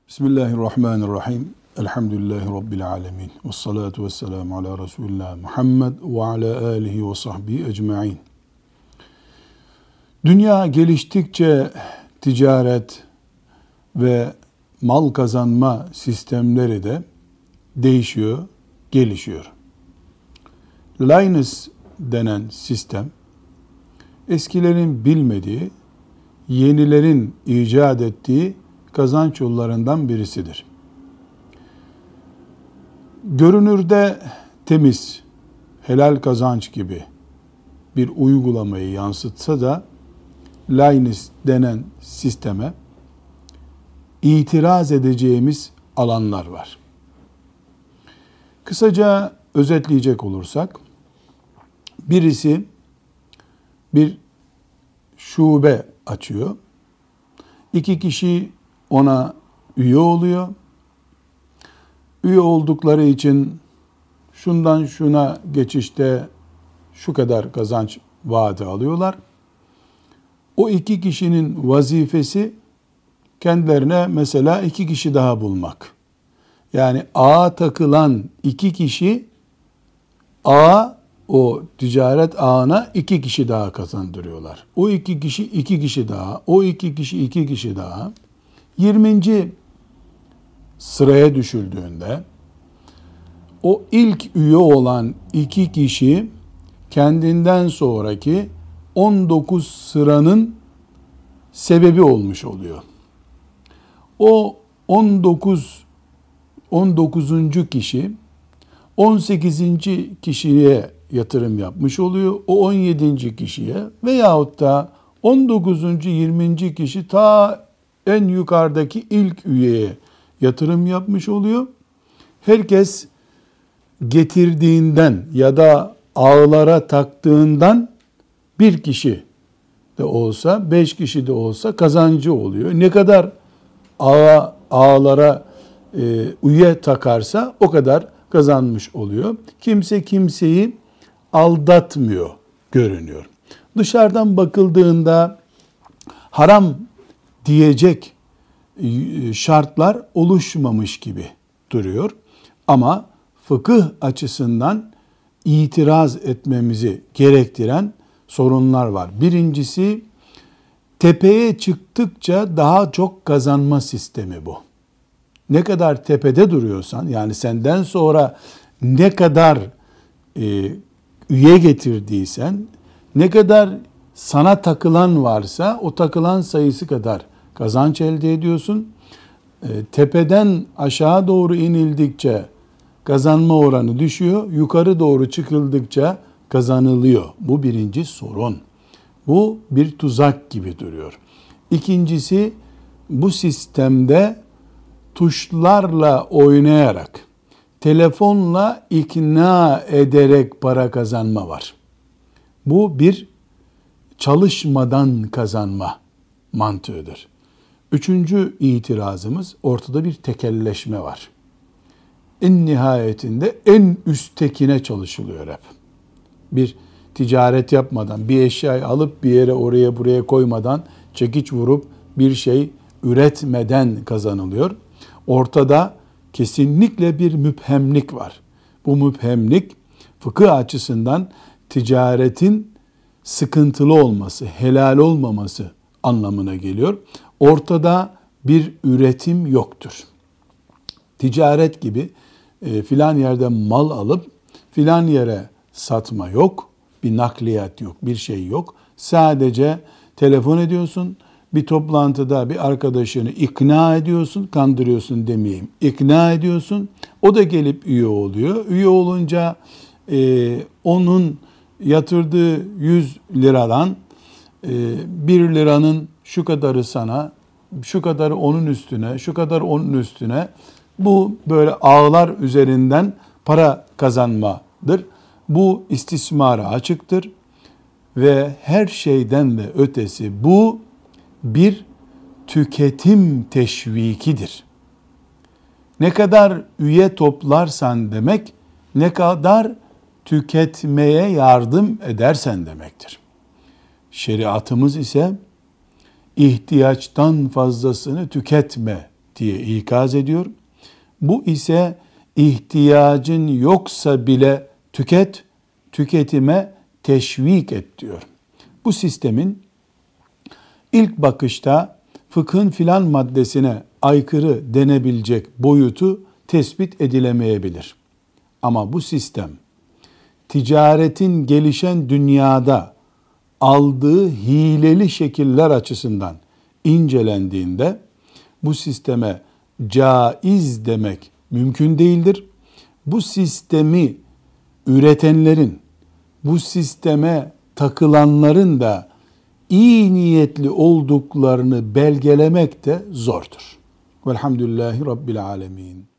Bismillahirrahmanirrahim. Elhamdülillahi Rabbil alemin. Vessalatu vesselamu ala Resulullah Muhammed ve ala alihi ve sahbihi ecma'in. Dünya geliştikçe ticaret ve mal kazanma sistemleri de değişiyor, gelişiyor. Linus denen sistem, eskilerin bilmediği, yenilerin icat ettiği kazanç yollarından birisidir. Görünürde temiz, helal kazanç gibi bir uygulamayı yansıtsa da Linus denen sisteme itiraz edeceğimiz alanlar var. Kısaca özetleyecek olursak, birisi bir şube açıyor. 2 kişi ona üye oluyor. Üye oldukları için şundan şuna geçişte şu kadar kazanç vaadi alıyorlar. O 2 kişinin vazifesi kendilerine mesela 2 kişi daha bulmak. Yani ağa takılan 2 kişi o ticaret ağına 2 kişi daha kazandırıyorlar. O 2 kişi 2 kişi daha, o 2 kişi 2 kişi daha. 20. sıraya düşüldüğünde o ilk üye olan 2 kişi kendinden sonraki 19 sıranın sebebi olmuş oluyor. O 19. kişi 18. kişiye yatırım yapmış oluyor. O 17. kişiye veyahut da 19. 20. kişi ta en yukarıdaki ilk üyeye yatırım yapmış oluyor. Herkes getirdiğinden ya da ağlara taktığından 1 kişi de olsa, 5 kişi de olsa kazancı oluyor. Ne kadar ağlara üye takarsa o kadar kazanmış oluyor. Kimse kimseyi aldatmıyor görünüyor. Dışarıdan bakıldığında haram diyecek şartlar oluşmamış gibi duruyor. Ama fıkıh açısından itiraz etmemizi gerektiren sorunlar var. Birincisi, tepeye çıktıkça daha çok kazanma sistemi bu. Ne kadar tepede duruyorsan, yani senden sonra ne kadar üye getirdiysen, ne kadar sana takılan varsa o takılan sayısı kadar kazanç elde ediyorsun. Tepeden aşağı doğru inildikçe kazanma oranı düşüyor. Yukarı doğru çıkıldıkça kazanılıyor. Bu birinci sorun. Bu bir tuzak gibi duruyor. İkincisi, bu sistemde tuşlarla oynayarak, telefonla ikna ederek para kazanma var. Bu bir çalışmadan kazanma mantığıdır. 3. itirazımız, ortada bir tekelleşme var. En nihayetinde en üsttekine çalışılıyor hep. Bir ticaret yapmadan, bir eşyayı alıp bir yere oraya buraya koymadan, çekiç vurup bir şey üretmeden kazanılıyor. Ortada kesinlikle bir müphemlik var. Bu müphemlik fıkıh açısından ticaretin sıkıntılı olması, helal olmaması anlamına geliyor. Ortada bir üretim yoktur. Ticaret gibi filan yerde mal alıp filan yere satma yok. Bir nakliyat yok, bir şey yok. Sadece telefon ediyorsun, bir toplantıda bir arkadaşını ikna ediyorsun, kandırıyorsun demeyeyim, ikna ediyorsun. O da gelip üye oluyor. Üye olunca onun yatırdığı 100 liradan 1 liranın şu kadarı sana, şu kadarı onun üstüne, şu kadar onun üstüne, bu böyle ağlar üzerinden para kazanmadır. Bu istismara açıktır ve her şeyden de ötesi bu bir tüketim teşvikidir. Ne kadar üye toplarsan demek, ne kadar tüketmeye yardım edersen demektir. Şeriatımız ise ihtiyaçtan fazlasını tüketme diye ikaz ediyor. Bu ise ihtiyacın yoksa bile tüket, tüketime teşvik et diyor. Bu sistemin ilk bakışta fıkhın filan maddesine aykırı denebilecek boyutu tespit edilemeyebilir. Ama bu sistem ticaretin gelişen dünyada aldığı hileli şekiller açısından incelendiğinde bu sisteme caiz demek mümkün değildir. Bu sistemi üretenlerin, bu sisteme takılanların da iyi niyetli olduklarını belgelemek de zordur. Velhamdülillahi Rabbil alemin.